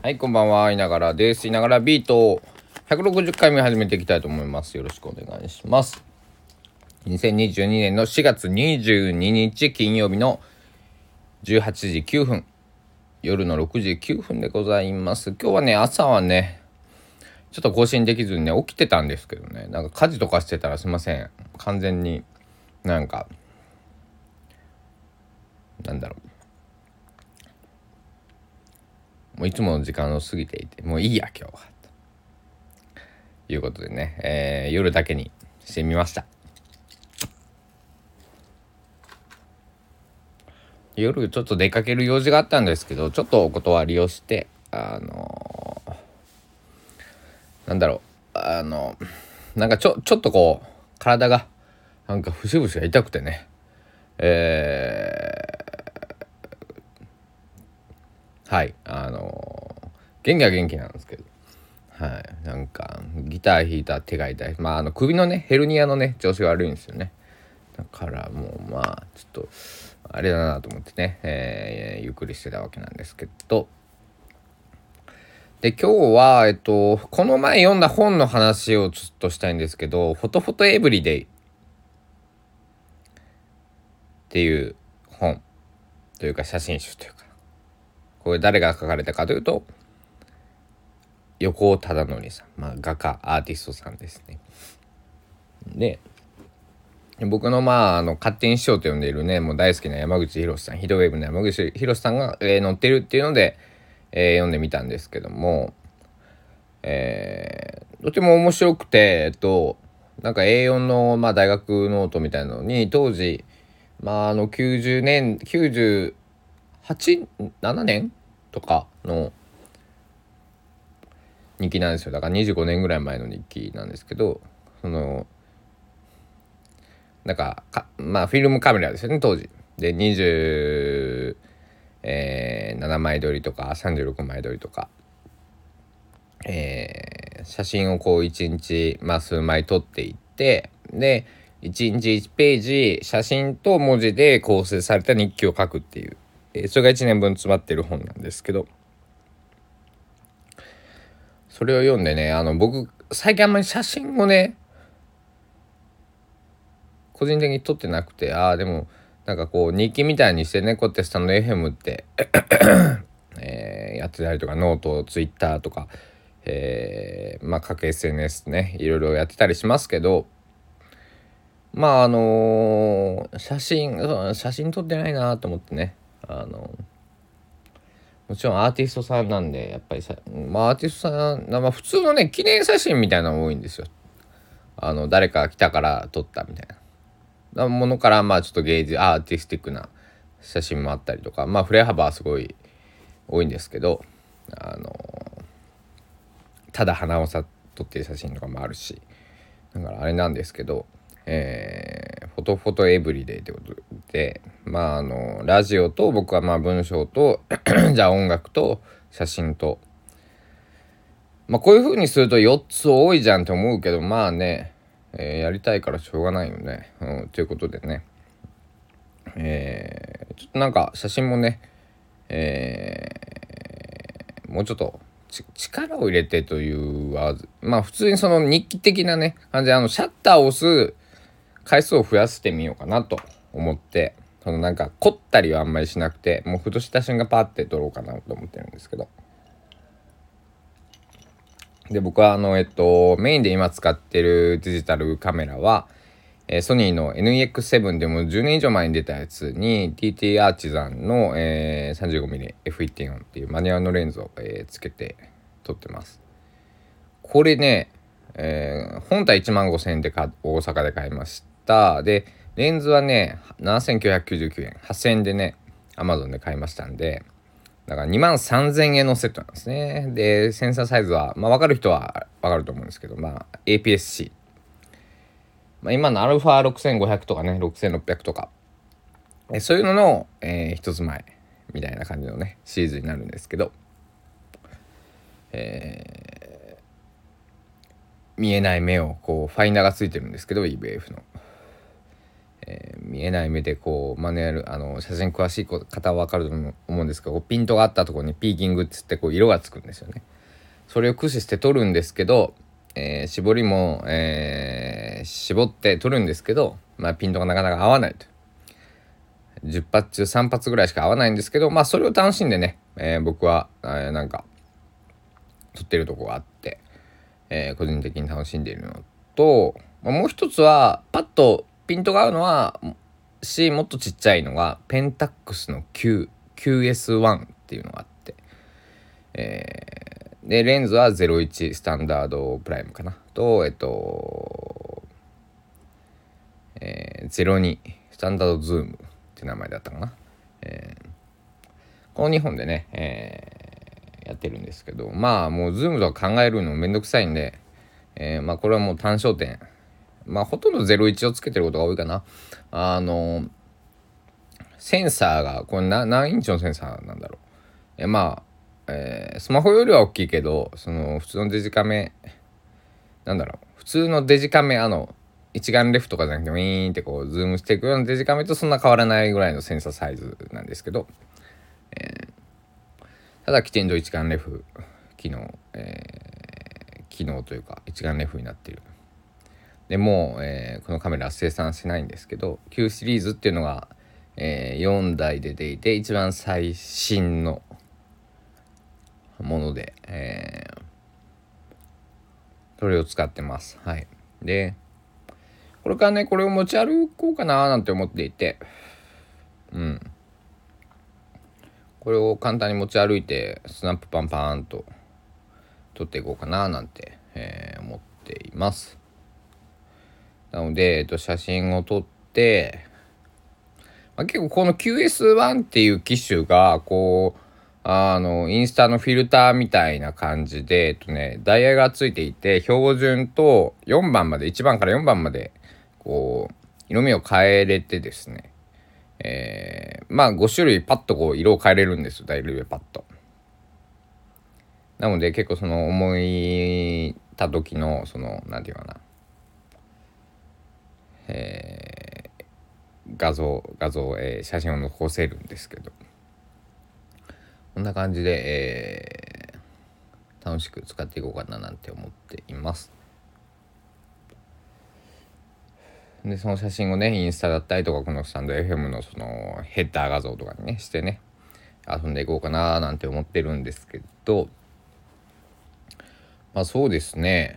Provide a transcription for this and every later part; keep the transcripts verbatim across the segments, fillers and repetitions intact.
はい、こんばんは。いながらです。いながらビートをひゃくろくじゅっかいめ始めていきたいと思います。よろしくお願いします。にせんにじゅうにねんのしがつにじゅうににち金曜日のじゅうはちじきゅうふん、夜のろくじきゅうふんでございます。今日はね、朝はね、ちょっと更新できずにね、起きてたんですけどね、なんか家事とかしてたらすいません。完全になんか、なんだろう。もういつもの時間を過ぎていて、もういいや、今日は。ということでね、えー、夜だけにしてみました。夜ちょっと出かける用事があったんですけど、ちょっとお断りをして、あのー、なんだろう、あのー、なんかちょ、ちょっとこう、体が、なんか節々が痛くてね、えー、はい、あのー、元気は元気なんですけど、はい、なんか、ギター弾いた手が痛い。まあ、あの、首のね、ヘルニアのね、調子が悪いんですよね。だからもう、まあ、ちょっと、あれだなと思ってね、えー、ゆっくりしてたわけなんですけど、で、今日は、えっと、この前読んだ本の話をちょっとしたいんですけど、フォトフォトエブリデイっていう本というか写真集というか、これ誰が書かれたかというと、横尾忠則さん、まあ画家、アーティストさんですね。で、僕のまあ、あの、勝手に師匠と呼んでいるね、もう大好きな山口博さん、ヒドウェーブの山口博さんが、えー載ってるっていうので、えー読んでみたんですけども、えーとても面白くて、えっと、なんか エーよん の、まあ、大学ノートみたいなのに、当時、まあ、あの、きゅうじゅうねん、きゅうじゅうはち、ななねんとかの日記なんですよ。だからにじゅうごねんぐらい前の日記なんですけど、その、なんか、かまあ、フィルムカメラですよね、当時。で、にじゅうななまい撮りとか、さんじゅうろくまい撮りとか、えー、写真をこう一日、まあ、数枚撮っていって、で一日いちページ写真と文字で構成された日記を書くっていう、えー、それがいちねんぶん詰まってる本なんですけど、それを読んでね、あの僕最近あんまり写真をね個人的に撮ってなくて、ああでもなんかこう日記みたいにしてね、こうやってスタンド エフエム って、えー、やってたりとか、ノート、ツイッターとか、えー、まあ各 エスエヌエス ね、いろいろやってたりしますけど、まああのー写真写真撮ってないなと思ってね、あのもちろんアーティストさんなんで、やっぱりさ、まあアーティストさん、まあ普通のね記念写真みたいなの多いんですよ。あの誰か来たから撮ったみたいなものから、まあちょっと芸術アーティスティックな写真もあったりとか、まあ振れ幅はすごい多いんですけど、あのただ花をさ撮ってる写真とかもあるし、だからあれなんですけど、えー、フォトフォトエブリデイということで、まああのラジオと、僕はまあ文章とじゃあ音楽と写真と、まあこういう風にするとよっつ多いじゃんって思うけど、まあね、えー、やりたいからしょうがないよね、うん、ということでね、えー、ちょっとなんか写真もね、えー、もうちょっと力を入れてというは、まあ普通にその日記的なね感じで、あのシャッターを押す回数を増やしてみようかなと思って、そのなんか凝ったりはあんまりしなくて、もうふとした瞬間パーって撮ろうかなと思ってるんですけど、で僕はあのえっとメインで今使ってるデジタルカメラは、えー、ソニーの エヌイーエックスセブン でもじゅうねん以上前に出たやつに ティーティー アーチザンの、えー、さんじゅうごミリエフいってんよん っていうマニュアルのレンズを、えー、つけて撮ってます。これね、えー、本体いちまんごせんえんでか大阪で買いました。でレンズはねななせんきゅうひゃくきゅうじゅうきゅうえん、はっせんえんでね Amazon で買いましたんで、だからにまんさんぜんえんのセットなんですね。でセンサーサイズは、まあ、分かる人は分かると思うんですけど、まあ エーピーエスシー、まあ、今の アルファろくせんごひゃく とかねろくせんろっぴゃくとか、えそういうのの、えー、一つ前みたいな感じのねシリーズになるんですけど、えー、見えない目をこうファインダーがついてるんですけど イーブイエフ の、 えー、見えない目でこうマニュアルあの写真詳しい方は分かると思うんですけど、ピントがあったところにピーキングっつってこう色がつくんですよね。それを駆使して撮るんですけど、えー、絞りも、えー、絞って撮るんですけど、まあ、ピントがなかなか合わないと。じゅっ発中さん発ぐらいしか合わないんですけど、まあそれを楽しんでね、えー、僕は、えー、なんか撮ってるとこがあって、えー、個人的に楽しんでいるのと、もう一つはパッとピントが合うのはし、もっとちっちゃいのがペンタックスの Q キューエスワン っていうのがあって、えー、でレンズはゼロイチスタンダードプライムかなと、えっと、えー、ゼロニスタンダードズームって名前だったかな、えー、このにほんでね、えー、やってるんですけど、まあもうズームとか考えるのめんどくさいんで、えー、まあこれはもう単焦点、まあほとんどゼロイチをつけてることが多いかな。あのセンサーがこれな何インチのセンサーなんだろう。えまあ、えー、スマホよりは大きいけど、その普通のデジカメなんだろう普通のデジカメあの一眼レフとかじゃなくてウィーンってこうズームしていくようなデジカメとそんな変わらないぐらいのセンサーサイズなんですけど、えー、ただきちんと一眼レフ機能、えー、機能というか一眼レフになっている。でもう、えー、このカメラは生産しないんですけど Q シリーズっていうのが、えー、よんだいで出ていて一番最新のもので、えー、それを使ってます。はい。でこれからねこれを持ち歩こうかななんて思っていて、うんこれを簡単に持ち歩いてスナップパンパーンと撮っていこうかななんて、えー、思っています。なので、えっと、写真を撮って、まあ、結構この キューエスワン っていう機種がこうあのインスタのフィルターみたいな感じで、えっとね、ダイヤがついていて標準とよんばんまでいちばんからよんばんまでこう色味を変えれてですね、えー、まあご種類パッとこう色を変えれるんですよ、ダイヤルパッと。なので結構その思いた時のそのなんていうかな、えー、画像画像、えー、写真を残せるんですけど、こんな感じで、えー、楽しく使っていこうかななんて思っています。でその写真をねインスタだったりとかこのスタンド エフエム のそのヘッダー画像とかにねしてね遊んでいこうかななんて思ってるんですけど、まあそうですね、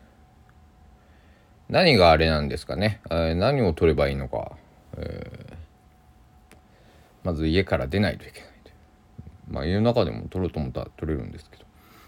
何があれなんですかね、えー、何を撮ればいいのか、えー、まず家から出ないといけないという、まあ家の中でも撮ろうと思ったら撮れるんですけど、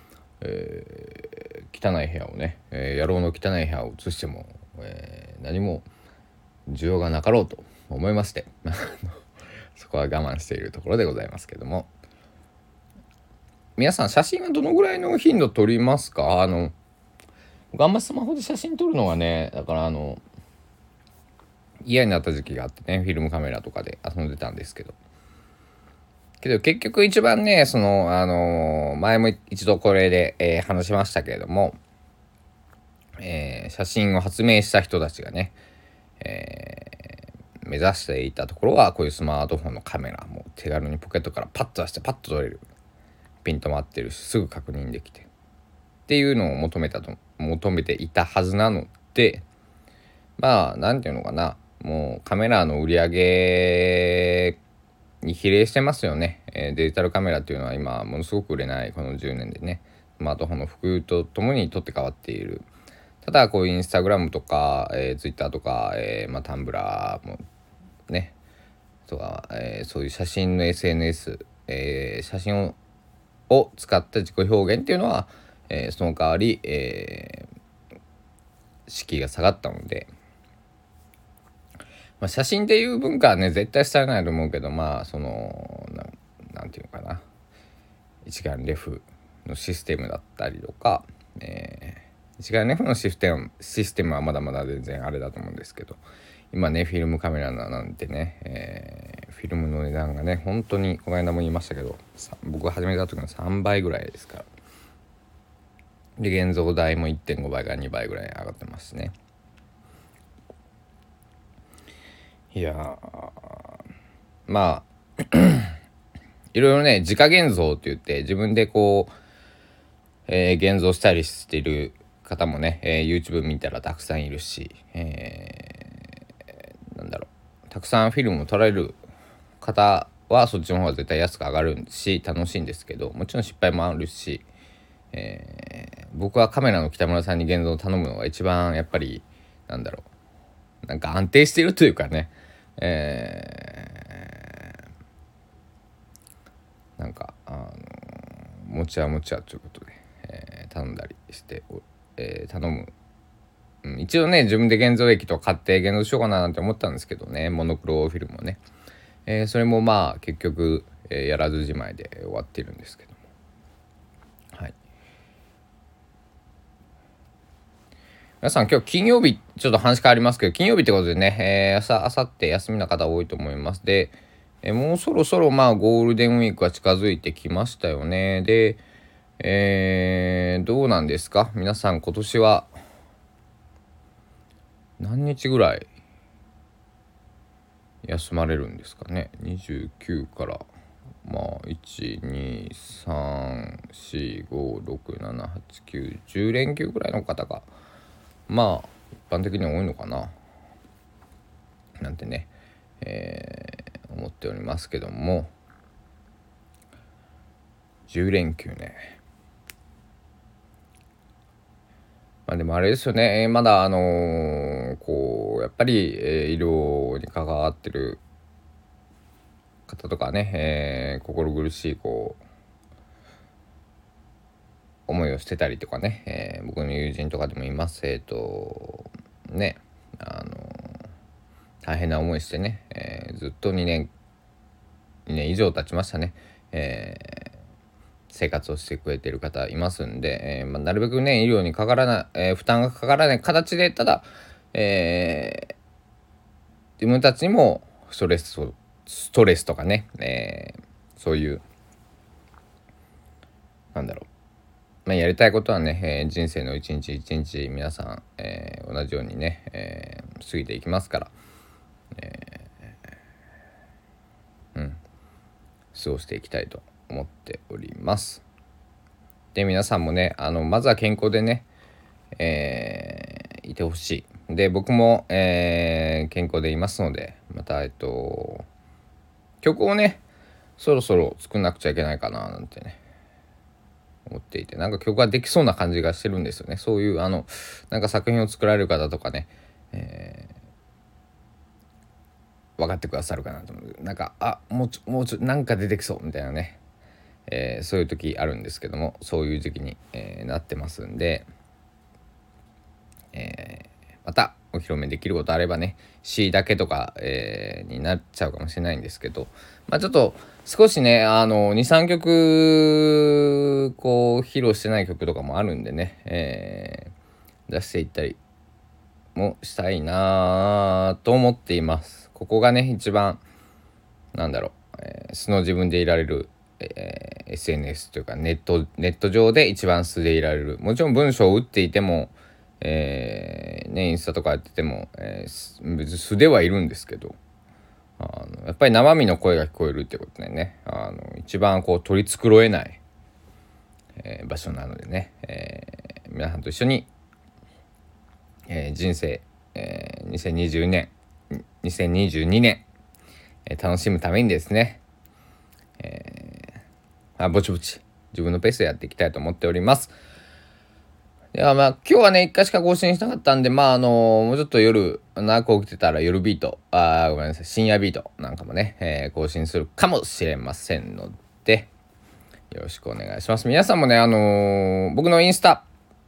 えー、汚い部屋をね、えー、野郎の汚い部屋を映しても、えー、何も需要がなかろうと思いましてそこは我慢しているところでございますけども、皆さん写真はどのぐらいの頻度撮りますか？あの僕あんまスマホで写真撮るのがね、だからあの嫌になった時期があってね、フィルムカメラとかで遊んでたんですけどけど結局一番ねそのあの前も一度これで、えー、話しましたけれども、えー、写真を発明した人たちがね、えー、目指していたところはこういうスマートフォンのカメラ、もう手軽にポケットからパッと出してパッと撮れる、ピントも合ってるしすぐ確認できてっていうのを求めたと求めていたはずなので、まあなんていうのかな、もうカメラの売り上げに比例してますよね、えー、デジタルカメラっていうのは今ものすごく売れないこのじゅうねんでね、スマートフォンの普及とともに取って変わっている。ただこうインスタグラムとか、えー、ツイッターとか、えー、まあタンブラーもねとか、えー、そういう写真の エスエヌエス、えー、写真をを使った自己表現っていうのは、えー、その代わり、えー、敷居が下がったので、まあ、写真っていう文化はね絶対伝えないと思うけど、まあその な, なんていうのかな、一眼レフのシステムだったりとか、えー、一眼レフのシステムシステムはまだまだ全然あれだと思うんですけど、今ねフィルムカメラなんてね、えー、フィルムの値段がね本当にこの間も言いましたけど、僕が始めた時のさんばいぐらいですから、で現像代も いってんご 倍からにばいぐらい上がってますね。 いやーまあいろいろね自家現像って言って自分でこう、えー、現像したりしてる方もね、えー、YouTube 見たらたくさんいるし、えー、なんだろうたくさんフィルムを撮られる方はそっちの方が絶対安く上がるし楽しいんですけど、もちろん失敗もあるし、えー、僕はカメラの北村さんに現像を頼むのが一番やっぱりなんだろうなんか安定してるというかね、えー、なんかあの持ちは持ちはということで、えー、頼んだりして、えー、頼む、うん、一応ね自分で現像液とか買って現像しようかななんて思ったんですけどね、モノクロフィルムをね、えー、それもまあ結局、えー、やらずじまいで終わってるんですけども、はい。皆さん今日金曜日ちょっと話変わりますけど金曜日ってことでね、えー、朝明後日休みな方多いと思います。で、えー、もうそろそろまあゴールデンウィークが近づいてきましたよね。で、えー、どうなんですか皆さん、今年は何日ぐらい休まれるんですかね。にじゅうくからまあいちにさんしごろくななはちきゅうじゅう連休ぐらいの方がまあ一般的に多いのかななんてね、えー、思っておりますけども、じゅう連休ね。まあでもあれですよね、まだあのーこうやっぱり、えー、医療に関わってる方とかね、えー、心苦しいこう思いをしてたりとかね、えー、僕の友人とかでもいます。えっとねあのー大変な思いしてね、えー、ずっとにねんにねん以上経ちましたね、えー、生活をしてくれてる方いますんで、えーまあ、なるべくね医療にかからない、えー、負担がかからない形でただ、えー、自分たちにもストレスをストレスとかね、えー、そういうなんだろう、まあ、やりたいことはね、えー、人生の一日一日皆さん、えー、同じようにね、えー、過ぎていきますから、えー、うん過ごしていきたいと思っております。で皆さんもねあのまずは健康でね、えー、いてほしい。で僕も、えー、健康でいますので、またえっと曲をねそろそろ作んなくちゃいけないかななんてね思っていて、なんか曲ができそうな感じがしてるんですよね。そういうあのなんか作品を作られる方とかね、えー、分かってくださるかなと思う。なんかあもうちょもうちょなんか出てきそうみたいなね、えー、そういう時あるんですけども、そういう時期に、えー、なってますんで、えー、またお披露目できることあればね C だけとか、えー、になっちゃうかもしれないんですけど、まあちょっと少しねあの にさんきょくこう披露してない曲とかもあるんでね、えー、出していったりもしたいなと思っています。ここがね一番なんだろう、えー、素の自分でいられる、えー、エスエヌエス というかネットネット上で一番素でいられる。もちろん文章を打っていてもえーね、インスタとかやってても、えー、別に素ではいるんですけど、あのやっぱり生身の声が聞こえるってことでね、あの一番こう取り繕えない、えー、場所なのでね、えー、皆さんと一緒に、えー、人生、えー、にせんにじゅうねんにせんにじゅうにねん、えー、楽しむためにですね、えー、あぼちぼち自分のペースでやっていきたいと思っております。いやまあ今日はね一回しか更新しなかったんで、まああのもうちょっと夜長く起きてたら夜ビートあごめんなさい深夜ビートなんかもね、えー、更新するかもしれませんのでよろしくお願いします。皆さんもねあのー、僕のインスタ、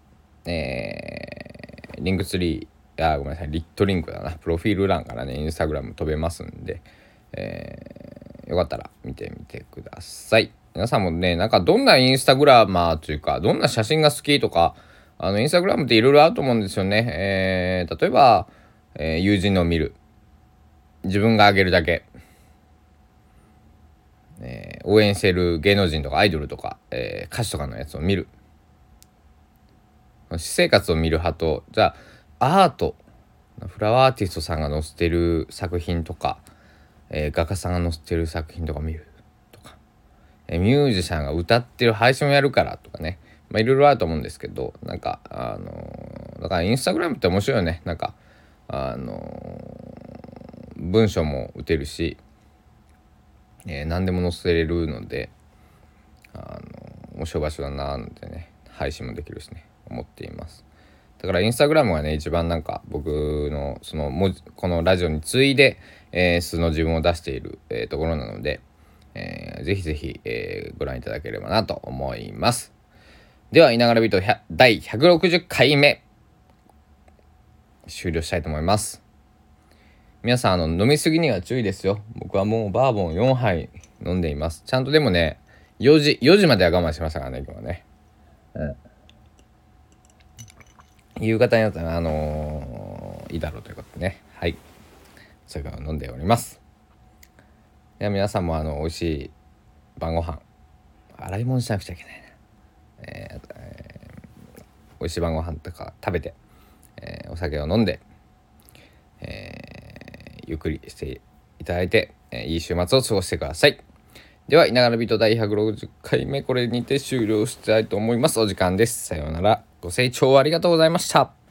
えー、リンクツリーあごめんなさいリットリンクだなプロフィール欄からねインスタグラム飛べますんで、えー、よかったら見てみてください。皆さんもねなんかどんなインスタグラマーというかどんな写真が好きとかあのインスタグラムっていろいろあると思うんですよね。えー、例えば、えー、友人のを見る、自分が上げるだけ、えー、応援してる芸能人とかアイドルとか、えー、歌手とかのやつを見る、私生活を見る派とじゃあアートフラワーアーティストさんが載せてる作品とか、えー、画家さんが載せてる作品とか見るとか、えー、ミュージシャンが歌ってる配信をやるからとかね、まあいろいろあると思うんですけど、なんかあのー、だからインスタグラムって面白いよね。なんかあのー、文章も打てるし、えー、何でも載せれるので、あのー、面白い場所だなーなんてね、配信もできるしね、思っています。だからインスタグラムがね一番なんか僕のその文字このラジオに次いで、えー、素の自分を出している、えー、ところなので、えー、ぜひぜひ、えー、ご覧いただければなと思います。では、いながらビートだいひゃくろくじゅっかいめ終了したいと思います。皆さんあの飲みすぎには注意ですよ。僕はもうバーボンよんはい飲んでいます。ちゃんとでもねよじよじまでは我慢しましたからね今日はね、うん夕方になったらあのー、いいだろうということでね、はい、それから飲んでおります。いや皆さんもあの美味しい晩ご飯、洗い物しなくちゃいけないな、えーえー、美味しい晩ご飯とか食べて、えー、お酒を飲んで、えー、ゆっくりしていただいて、えー、いい週末を過ごしてください。では、いながらビートだいひゃくろくじゅっかいめこれにて終了したいと思います。お時間です。さようなら。ご清聴ありがとうございました。